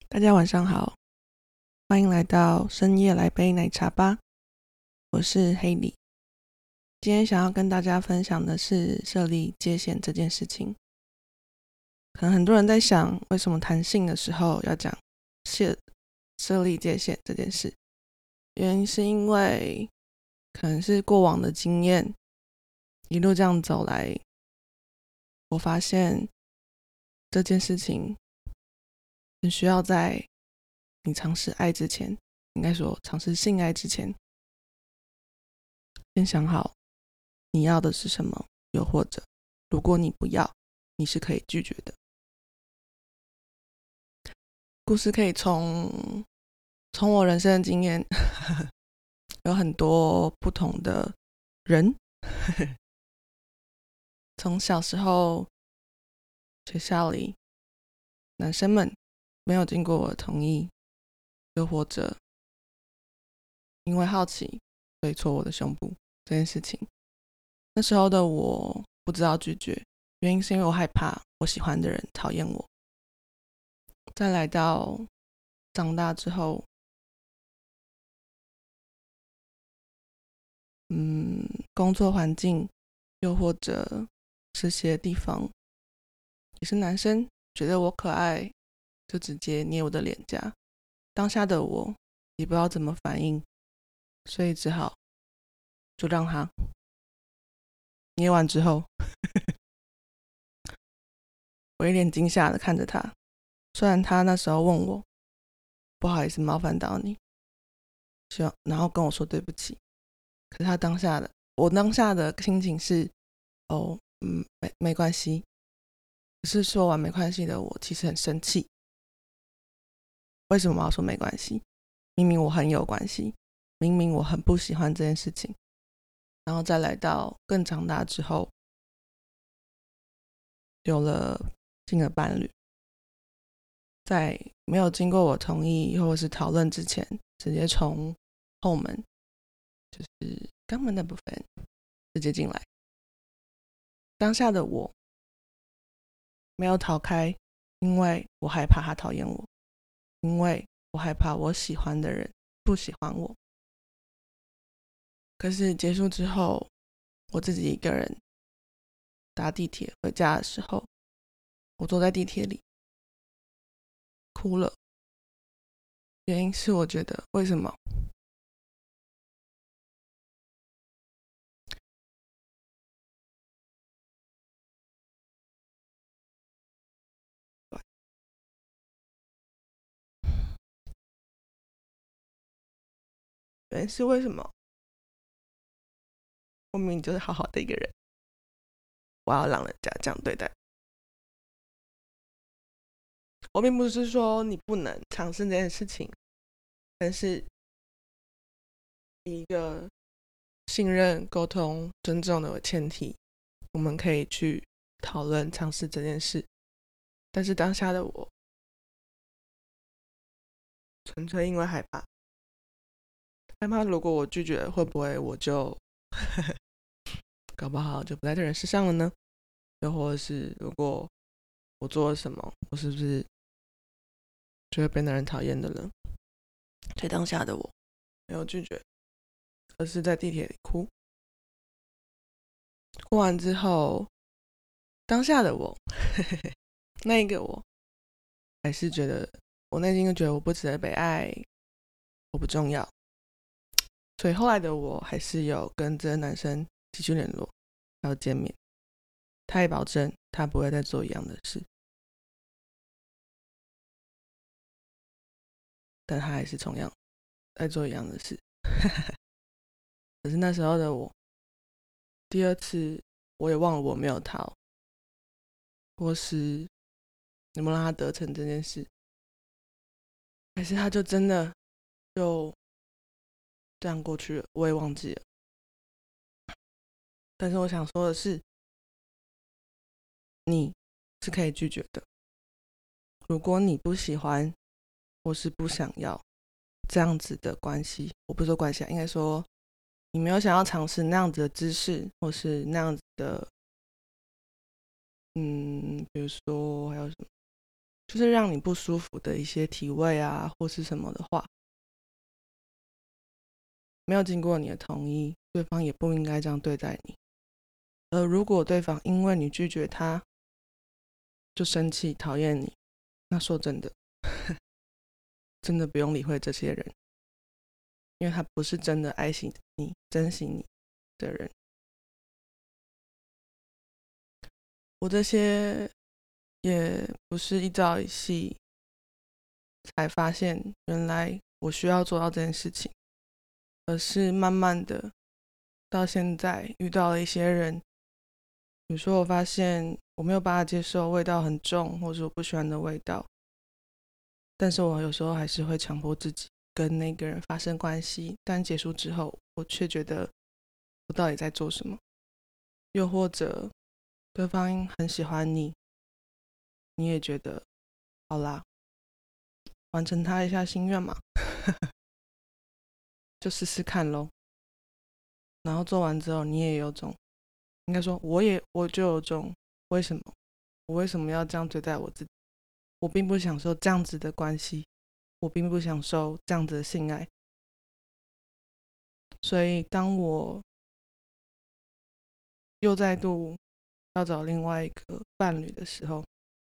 大家晚上好，欢迎来到深夜来杯奶茶吧，我是黑莉。今天想要跟大家分享的是设立界限这件事情。可能很多人在想，为什么谈性的时候要讲设立界限这件事？原因是因为可能是过往的经验，一路这样走来，我发现这件事情很需要在你尝试爱之前，应该说尝试性爱之前，先想好你要的是什么，又或者如果你不要，你是可以拒绝的。故事可以从我人生的经验有很多不同的人从小时候学校里男生们没有经过我的同意，又或者因为好奇所以戳我的胸部这件事情，那时候的我不知道拒绝，原因是因为我害怕我喜欢的人讨厌我。再来到长大之后，工作环境又或者这些地方，也是男生觉得我可爱就直接捏我的脸颊，当下的我也不知道怎么反应，所以只好就让他捏完之后我一脸惊吓的看着他，虽然他那时候问我不好意思冒犯到你，然后跟我说对不起，可是我当下的心情是没关系，可是说完没关系的我其实很生气。为什么我要说没关系？明明我很有关系，明明我很不喜欢这件事情。然后再来到更长大之后，有了新的伴侣，在没有经过我同意或者是讨论之前，直接从后门，就是肛门的部分直接进来。当下的我没有逃开，因为我害怕他讨厌我，因为我害怕我喜欢的人不喜欢我。可是结束之后，我自己一个人搭地铁回家的时候，我坐在地铁里哭了。原因是我觉得为什么原因是为什么我明明就是好好的一个人，我要让人家这样对待我。并不是说你不能尝试这件事情，但是以一个信任、沟通、尊重的前提，我们可以去讨论尝试这件事。但是当下的我纯粹因为害怕如果我拒绝会不会我就搞不好就不在这人世上了呢？又或者是如果我做了什么，我是不是就会被那人讨厌的人？所以当下的我没有拒绝，而是在地铁里哭。哭完之后，当下的我那一个我还是觉得，我内心就觉得我不值得被爱，我不重要。所以后来的我还是有跟这个男生继续联络，还有见面。他也保证他不会再做一样的事，但他还是同样在做一样的事。可是那时候的我，第二次我也忘了我没有逃，或是能不能让他得逞这件事，还是他就真的就这样过去了，我也忘记了。但是我想说的是，你是可以拒绝的。如果你不喜欢或是不想要这样子的关系，我不是说关系啊，应该说你没有想要尝试那样子的姿势，或是那样子的，比如说还有什么就是让你不舒服的一些体味啊，或是什么的话，没有经过你的同意，对方也不应该这样对待你。而如果对方因为你拒绝他就生气讨厌你，那说真的真的不用理会这些人，因为他不是真的爱惜你珍惜你的人。我这些也不是一朝一夕才发现原来我需要做到这件事情，而是慢慢的到现在遇到了一些人，比如说我发现我没有办法接受味道很重或者我不喜欢的味道，但是我有时候还是会强迫自己跟那个人发生关系，但结束之后我却觉得我到底在做什么。又或者对方很喜欢你，你也觉得好啦，完成他一下心愿嘛就试试看咯。然后做完之后你也有种，应该说我就有种为什么要这样对待我自己，我并不享受这样子的关系，我并不享受这样子的性爱。所以当我又再度要找另外一个伴侣的时候，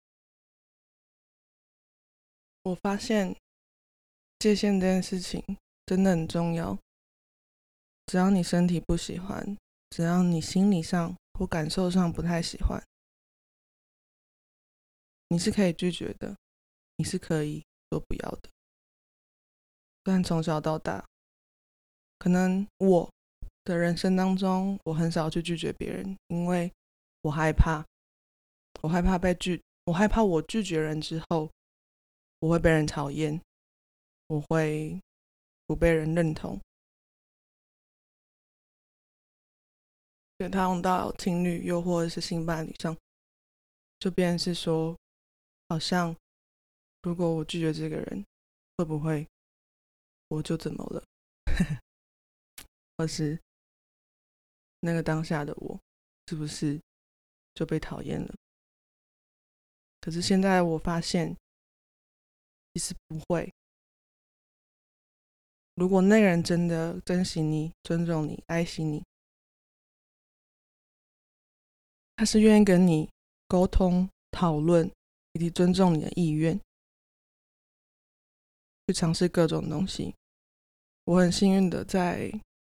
我发现界限这件事情真的很重要。只要你身体不喜欢，只要你心理上或感受上不太喜欢，你是可以拒绝的，你是可以说不要的。但从小到大，可能我的人生当中，我很少去拒绝别人，因为我害怕我害怕我拒绝人之后，我会被人讨厌，我会不被人认同。所以他用到情侣又或者是性伴侣上，就变成是说，好像如果我拒绝这个人，会不会我就怎么了？或是那个当下的我是不是就被讨厌了？可是现在我发现其实不会。如果那个人真的珍惜你、尊重你、爱惜你，他是愿意跟你沟通、讨论以及尊重你的意愿，去尝试各种东西。我很幸运的在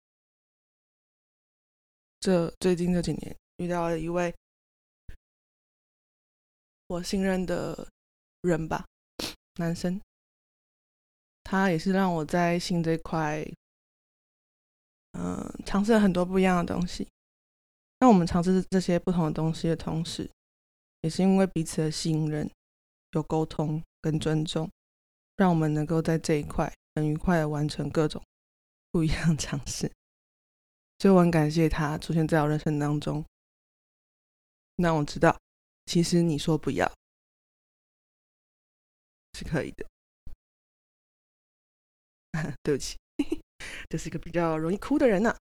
最近这几年遇到了一位我信任的人吧，男生，他也是让我在性这块尝试了很多不一样的东西。那我们尝试这些不同的东西的同时，也是因为彼此的信任、有沟通跟尊重，让我们能够在这一块很愉快的完成各种不一样的尝试。所以我很感谢他出现在我人生当中，让我知道其实你说不要是可以的。对不起这是一个比较容易哭的人呢、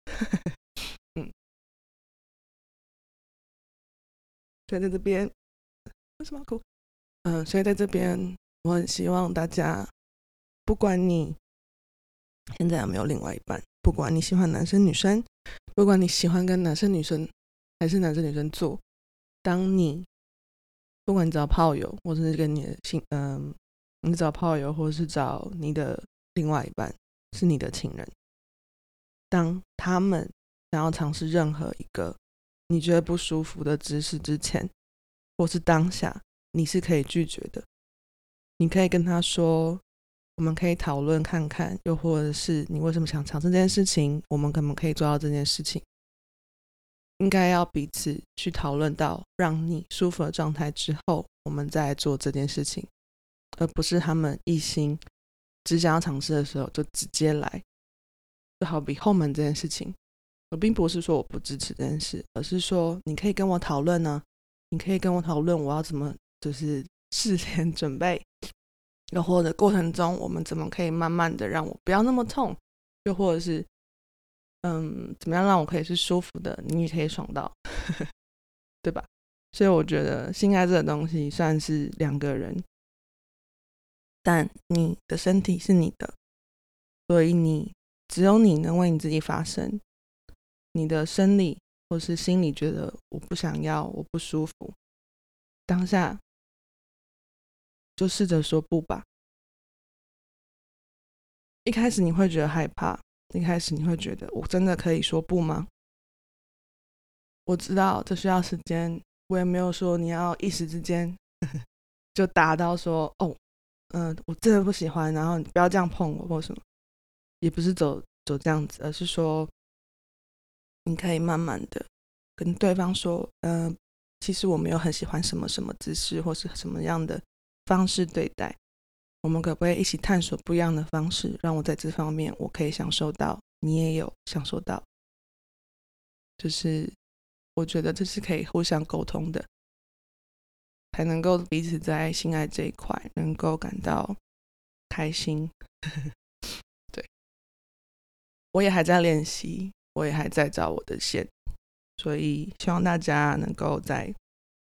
所以在这边为什么要哭？所以在这边我很希望大家，不管你现在有没有另外一半，不管你喜欢男生女生，不管你喜欢跟男生女生还是男生女生做，当你不管你找炮友或者是跟你的你找炮友或者是找你的另外一半是你的情人，当他们想要尝试任何一个你觉得不舒服的姿势之前，或是当下，你是可以拒绝的。你可以跟他说，我们可以讨论看看，又或者是你为什么想尝试这件事情，我们可不可以做到这件事情。应该要彼此去讨论到让你舒服的状态之后，我们再来做这件事情，而不是他们一心只想要尝试的时候就直接来。就好比后门这件事情，我并不是说我不支持这件事，而是说你可以跟我讨论呢，你可以跟我讨论我要怎么就是事前准备，又或者过程中我们怎么可以慢慢的让我不要那么痛，又或者是怎么样让我可以是舒服的，你也可以爽到对吧？所以我觉得性爱这个东西算是两个人但你的身体是你的，所以只有你能为你自己发声。你的生理或是心里觉得我不想要，我不舒服，当下就试着说不吧。一开始你会觉得害怕，一开始你会觉得我真的可以说不吗？我知道这需要时间，我也没有说你要一时之间就达到说我真的不喜欢，然后你不要这样碰我或什么，也不是走这样子，而是说你可以慢慢的跟对方说，其实我没有很喜欢什么什么姿势或是什么样的方式对待，我们可不可以一起探索不一样的方式，让我在这方面我可以享受到，你也有享受到，就是我觉得这是可以互相沟通的，才能够彼此在性爱这一块能够感到开心。对，我也还在练习，我也还在找我的线，所以希望大家能够在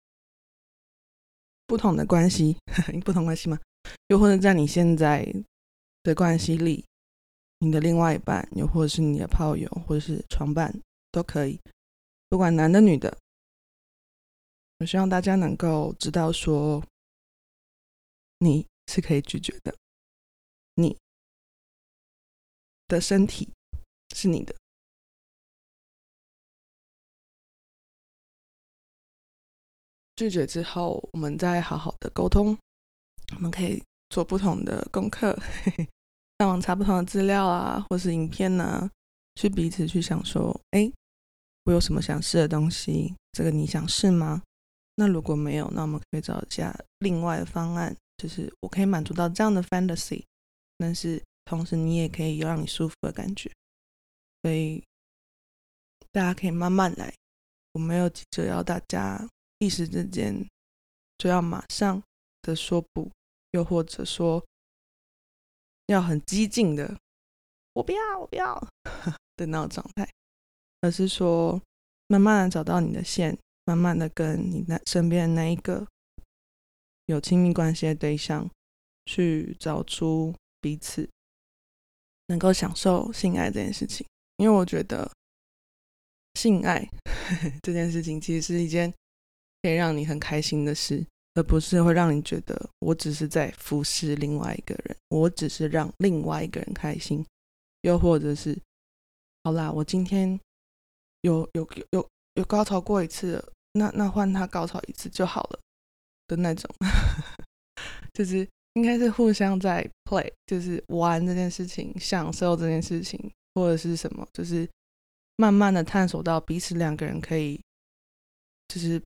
不同的关系不同关系吗？又或者在你现在的关系里，你的另外一半，又或者是你的炮友，或者是床伴都可以，不管男的女的，我希望大家能够知道说你是可以拒绝的，你的身体是你的。拒绝之后，我们再好好的沟通，我们可以做不同的功课，上网查不同的资料啊，或是影片啊，去彼此去想说，我有什么想试的东西，这个你想试吗？那如果没有，那我们可以找一下另外的方案，就是我可以满足到这样的 fantasy， 但是同时你也可以有让你舒服的感觉，所以大家可以慢慢来，我没有急着要大家一时之间就要马上的说不，又或者说要很激进的我不要的那种状态，而是说慢慢的找到你的线，慢慢的跟你身边的那一个有亲密关系的对象去找出彼此能够享受性爱这件事情。因为我觉得性爱这件事情其实是一件可以让你很开心的事，而不是会让你觉得我只是在服侍另外一个人，我只是让另外一个人开心，又或者是好啦，我今天有高潮过一次了，那换他高潮一次就好了的那种就是应该是互相在 play， 就是玩这件事情，享受这件事情，或者是什么，就是慢慢的探索到彼此两个人可以就是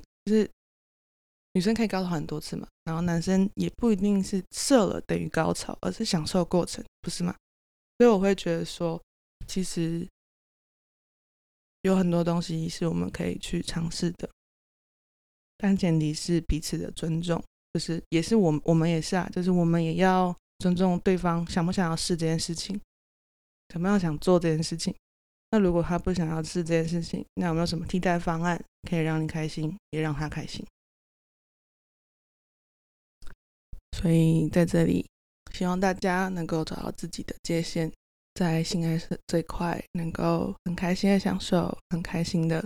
女生可以高潮很多次嘛，然后男生也不一定是射了等于高潮，而是享受过程，不是吗？所以我会觉得说其实有很多东西是我们可以去尝试的，但前提是彼此的尊重，就是也是我们也是啊，就是我们也要尊重对方想不想要试这件事情，想不想做这件事情。那如果他不想要试这件事情，那有没有什么替代方案可以让你开心，也让他开心？所以在这里，希望大家能够找到自己的界限，在性爱这一块能够很开心的享受，很开心的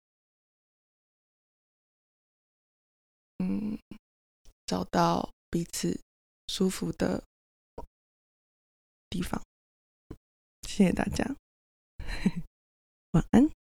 找到彼此舒服的地方。谢谢大家，晚安。